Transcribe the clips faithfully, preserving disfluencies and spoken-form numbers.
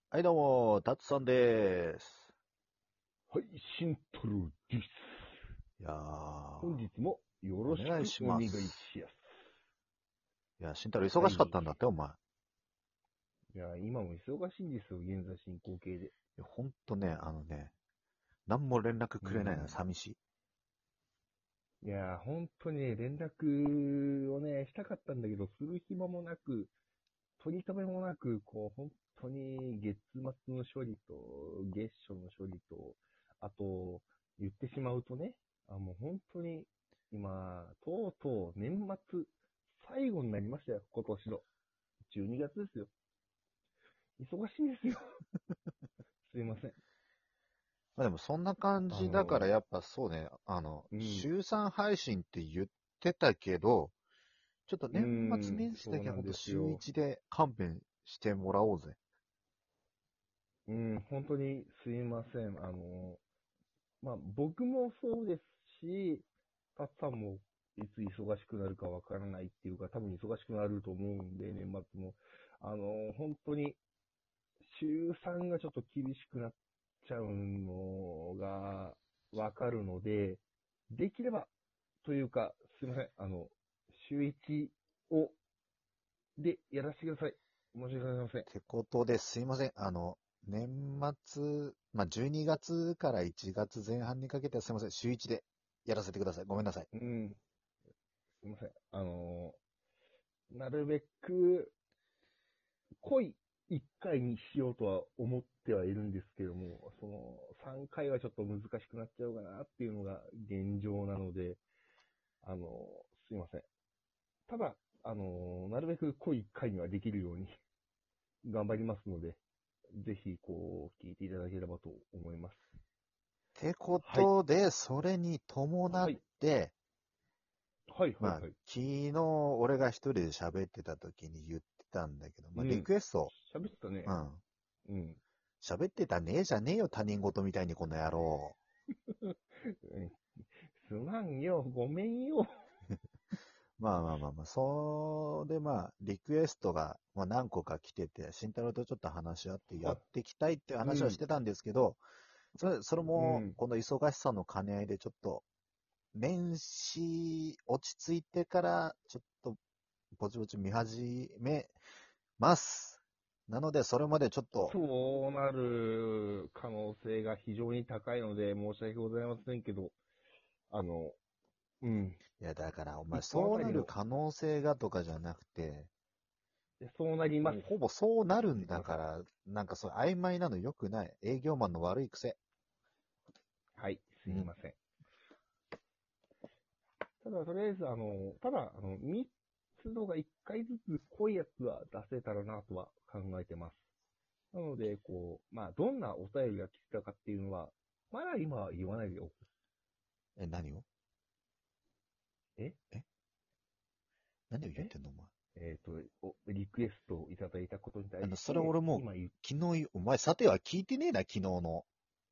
はい、どうも、タツさんでーす。 はい、シントルです。 いやー、 本日もよろしお願いします。 くお願いします。 いや、慎太郎はい。 忙しかったんだって、お前。いいや、今も忙しいんですよ、現在進行形で。 や、ほんとね、あのね、なんも連絡うくれないのはん。 寂しい。 いや、本当にね、連絡をね、したかったんだけど、する暇もなく、取り留めもなく、こう、本当に月末の処理と、月初の処理と、あと、言ってしまうとね、あ、もう本当に、今、とうとう年末、最後になりましたよ、今年の。じゅうにがつですよ。忙しいんですよ。すいません。 まあでもそんな感あじだから、 の、 やっぱそうね、あの、 うん、 週さん配信って言ってたけど、ちょっとうー年末ん、 年始だけはほんとそうなんです週よ。 いちで勘弁してもらおうぜ。 うん、本当にすいません。あの、まあ、僕もそうですし、タツさんもいつ忙しくなるかわからないっていうか、多分忙しくなると思うんで、年末も。あの、本当に、週さんがちょっと厳しくなっちゃうのがわかるので、できれば、というか、すいません。あの、週いちをで、やらせてください。申し訳ございません。 ってことですいません。あの、年末、まあ、じゅうにがつからいちがつぜん半にかけてはすいません。週いちでやらせてください。ごめんなさい。 うん、すいません。あのーなるべく濃いいっかいにしようとは思ってはいるんですけども、そのさんかいはちょっと難しくなっちゃうかなっていうのが現状なので、あのーすいません。ただ、あのーなるべく濃いいっかいにはできるように頑張りますので、ぜひ、こう、聞いていただければと思います。 てこはい。 とで、それに伴っはい。 て、 はい、はい、 まあ、 はい。 昨日俺が一人で喋ってた時に言ってたんだけど、まあ、リうん。 クエスト、 喋ってたね。 うん。 うん。 喋ってたねえじゃねえよ、他人事みたいにこの野郎。 うんすまんよ、ごめんよ。 まあまあまあまあ、それでまあ、リクエストが、まあ、何個か来てて、慎太郎とちょっと話し合ってやは、 っていきたいっていううん、 話はしてたんですけど、それ、それも、 うん。 この忙しさの兼ね合いでちょっと、年始落ち着いてから、ちょっと、ぼちぼち見始めます。なので、それまでちょっと、 そうなる可能性が非常に高いので、申し訳ございませんけど、あの、うん。 いや、だから、お前、 一本あそうなるたりの、 可能性がとかじゃなくて、 そうなります。 もうほぼそうなるんすいません。 だから、なんかそう曖昧なの良くない。営業マンの悪い癖。 はい、 うん。 すいません。ただ、とりあえず、あの、ただ、あの、密度がいっかいずつ濃いやつは出せたらなとは考えてます。なので、こう、まあ、どんなお便りが来てたかっていうのは、まだ今は言わないでおく。 え、何をええ何を言っえてんのお前。 えっ、と、お、リクエストをいただいたことにあの、 対して、 それ俺も今言う、 う、昨日、お前、さては聞いてねえな、昨日の。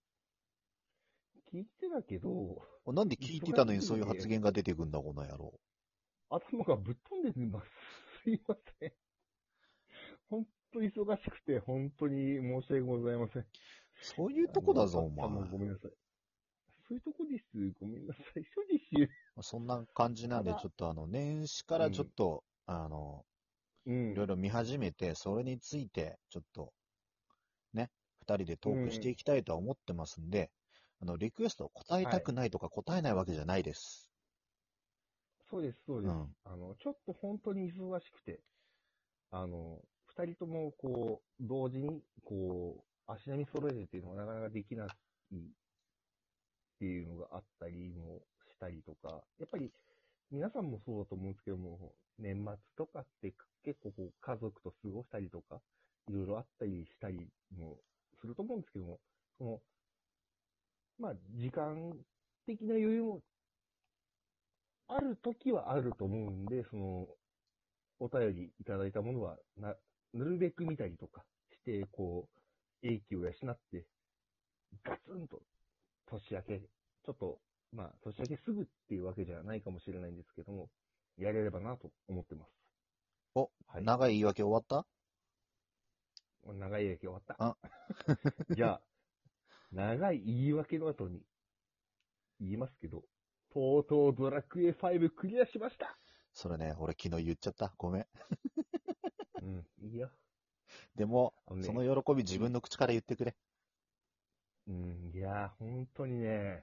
聞いてたけど、 なんで聞いて忙したのにそういう発すぎて、 言が出てくんだ、この野郎。 頭がぶっ飛んでます。すいません。本当に忙しくて、本当に申し訳ございません。 そういうとこだあの、 ぞ、お前。 たっさんもごめんなさい。そういうとこです。ごめんなさい。そうです。 そんな感じなんで、ちただ、 ょっとあの、年始からちょっうん、 と、あの、 うん、 いろいろ見始めて、それについて、ちょっと、ね、二人でトークしてうん。 いきたいとは思ってますんで、あの、リクエストを答えはい。 たくないとか答えないわけじゃないです。 そうです、そうです。 うん。 あの、ちょっと本当に忙しくて、あの、二人とも、こう、同時に、こう、足並み揃えてっていうのがなかなかできないっていうのがあったりもしたりとか、やっぱり皆さんもそうだと思うんですけども、年末とかって結構こう家族と過ごしたりとか、いろいろあったりしたりもすると思うんですけども、その、まあ、時間的な余裕もある時はあると思うんで、その、お便りいただいたものはな、なるべく見たりとかして、こう、英気を養って、ガツンと年明け、ちょっと、まあ、年明けすぐっていうわけじゃないかもしれないんですけども、やれればなと思ってます。 お、 はい。 長い言い訳終わった長い言い訳終わった。 あじゃあ、長い言い訳の後に言いますけど、とうとうドラクエファイブクリアしました。 それね、俺昨日言っちゃった。ごめん。 うん、いいよ。 でも、 あのねその喜び自分の口から言ってくれ。 うん、いやー、本当にね、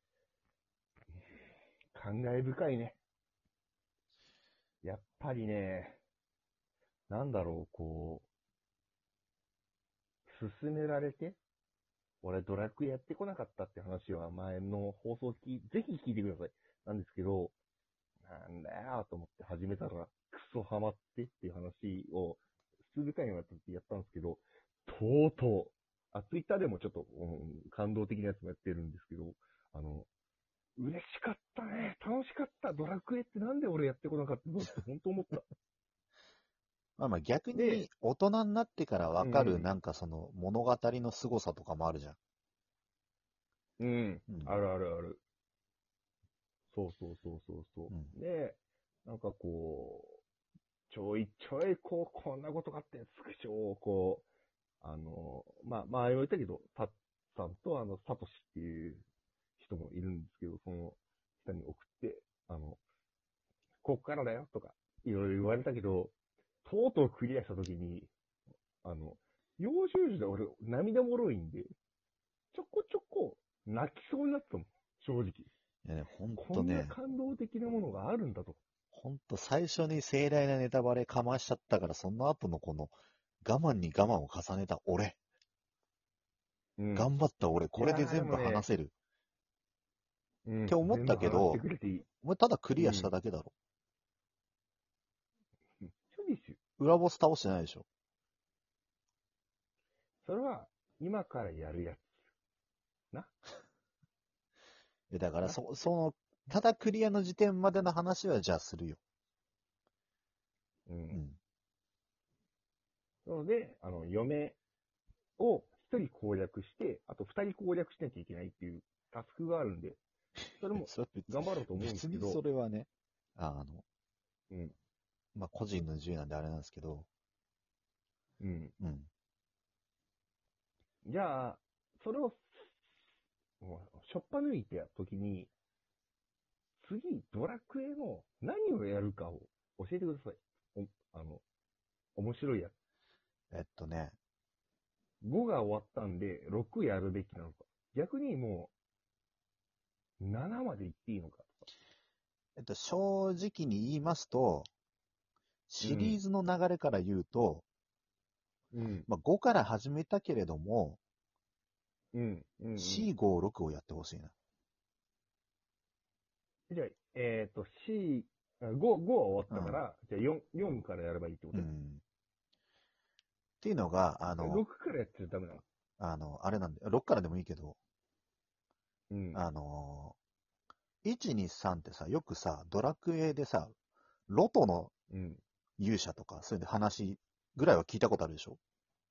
感慨深いね。やっぱりね、なんだろう、こう、勧められて、俺ドラクエやってこなかったって話は前の放送聞いぜひ聞いてください。なんですけど、なんだよと思って始めたら、クソハマってっていう話を数回にわたってやったんですけど、とうとう、あ、ツイッターでもちょっと、うん、感動的なやつもやってるんですけど、あの、嬉しかったね。楽しかった。ドラクエってなんで俺やってこなかったのって本当思った。 まあまあ逆でに大人になってからわかるうんなんかその物語の凄さとかもあるじゃん。 うん。 うん。 あるあるある。そうそうそうそうそうん。 う。で、なんかこう、ちょいちょいこう、こんなことがあってスクショをこう、あの、まあ、前も言ったけど、タッさんとあの、サトシっていう人もいるんですけど、その人に送って、あの、こっからだよとか、いろいろ言われたけど、とうとうクリアしたときに、あの、幼少時で俺、涙もろいんで、ちょこちょこ泣きそうになったもん、正直。 いやね、ほんこんなとね、 感動的なものがあるんだと。 ほんと最初に盛大なネタバレかましちゃったから、その後のこの我慢に我慢を重ねた俺、 うん。 頑張った俺、これでいやーで全部もね、 話せるうん。 って思ったけ全部話してど、 くれていい。 お前ただクリアしうん。 ただけだろ。 そうですよ。 裏ボス倒してないでしょ。 それは、今からやるやつ。な。 でだからな。 そ、その、ただクリアの時点までの話はじゃあするよ。 うん。 うん。 なので、あの、嫁を一人攻略して、あと二人攻略しなきゃいけないっていうタスクがあるんで、それもそれ別頑張ろうと思うんです別にけど、 それはね、あの、 うん。 まあ、個人の自由なんであれなんですけど、 うん。 うん。 じゃあ、それを、もうしょっぱ抜いてやったときに、次、ドラクエの何をやるかを教えてください。おあの、面白いやつ。 えっとね、 ごが終わったんで、ろくやるべきなのか。逆にもう、ななまで行っていいのかとか。 えっと、正直に言いますと、シリーうん。 ズの流れから言うと、 うん。 まあ、ごから始めたけれども、 うん。うん。うん。 よん、ご、ろくをやってほしいな。 じゃあ、えっ、と、C、あご、ごは終わったかうん。 ら、じゃあよん、よんからやればいいってこと、 うん。っていうのが、あの、 ろくからやっちゃダメなの。 あの、あれなんで、ろくからでもいいけど、 うん。 あの、いち、に、さんってさ、よくさ、ドラクエでさ、ロトのうん。 勇者とか、そういうの話ぐらいは聞いたことあるでしょ。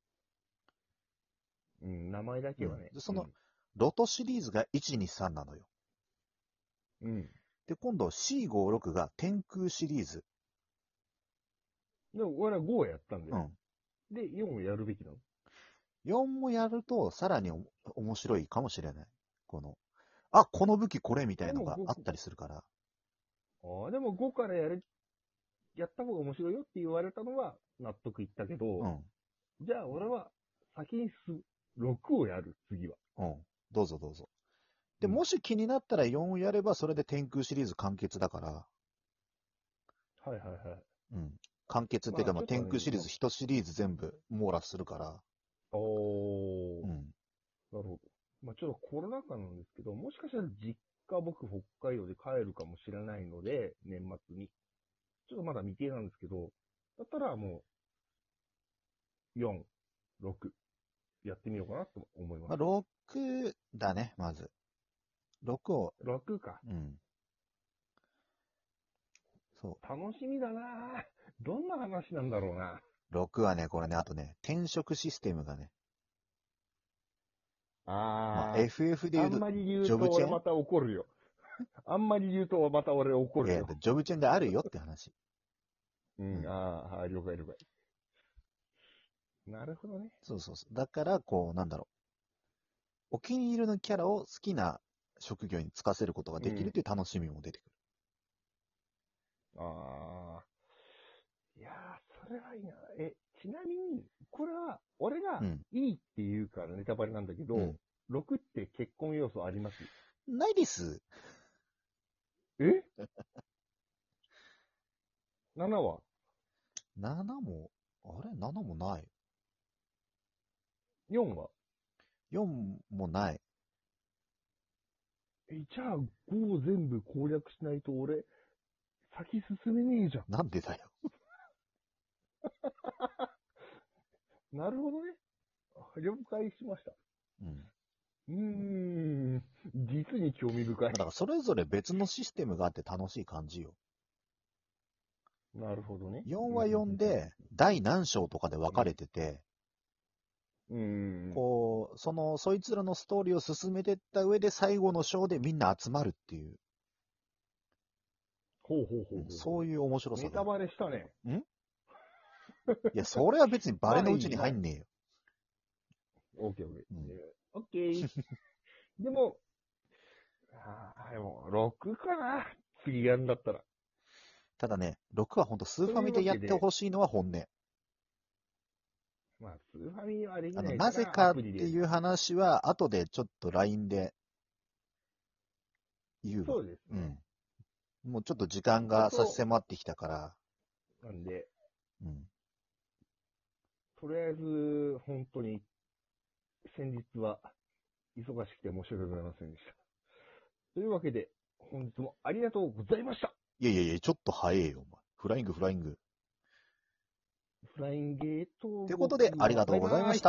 うん。名前だうん。 けはね。 で、その、ロトシリーズがいち、に、さんなのよ。 うん。うん。 で、今度 シーご、ろくが天空シリーズ。 でも、俺はごをやったんだよ。 うん。 で、よんをやるべきなの。 よんもやると、さらにお面白いかもしれない。この、あ、この武器これみたいのでもご、 があったりするから。 ああ、でもごからやる、やった方が面白いよって言われたのは納得いったけど、 うん。 じゃあ俺は先にす、ろくをやる、次は。 うん。どうぞどうぞ。で、 うん。 もし気になったらよんをやれば、それで天空シリーズ完結だから、 はいはいはい。 うん。完結っていうか、まあ、 まあちょっとね、 天空シリーズいちシリーズ全部網羅するから、 おー、 うん。 なるほど。まあちょっとコロナ禍なんですけど、もしかしたら実家僕北海道で帰るかもしれないので、年末に。ちょっとまだ未定なんですけど、だったらもう、よん、ろく、やってみようかなと思いままあ、 す。 ろくだね、まず。ろくを、 ろくか。 うん。そ楽しみだなぁ。どんな話なんだろうな。 う。ろくはね、これね、あとね、転職システムがね、まあ、 あエフエフ でー、あ言うと、 んまり言うジョブチェンと俺また怒るよ。あんまり言うとまた俺怒いや、 るよ。 ジョブチェンであるよって話。 うん、 うんああ、はい、了解了解。 なるほどね。 そうそうそう。だから、こう、なんだろう。お気に入りのキャラを好きな職業に就かせることができるという楽しみも出てくる。 ああ。いやー、それはいいな。え、ちなみに、これは、俺がうん。 いいって言うからネタバレなんだけど、 うんろくって結婚要素あります？ ないです。 え ?なな はななも、あれ ?なな もない。 よんはよんもない。 え、じゃあごを全部攻略しないと俺、先進めねえじゃなんでだよ。 ん。なるほどね。了解しました。 うん。 うーん、実に興味深いだ。からそれぞれ別のシステムがあって楽しい感じよ。 なるほどね。 よんはよんで、第何章とかで分かれてて、 うーん。 こう、その、そいつらのストーリーを進めてった上で最後の章でみんな集まるっていう、 ほうほうほうほう。 そういう面白さが。 ネタバレしたね。 んいや、それは別にバレのうちに入んねえよ。 オッケーオッケー。 うんオッケー。でも、ああ、でも、ろくかな。次やんだったら。 ただね、ろくはほんとスーファミでやってほしいのは本音。 まあ、スーファミはできあの、 ないから、 なぜかってアプリでいう話は、後でちょっと ライン で言うわ。 そうですね。 うん。もうちょっと時間が差し迫ってきたから、 なんで、 うん。 とりあえず、本当に、先日は、忙しくて申し訳ございませんでした。というわけで、本日もありがとうございました。 いやいやいや、ちょっと早えよ、お前。フライング、フライング。 フラインゲート。 ということで、ありがとうございました。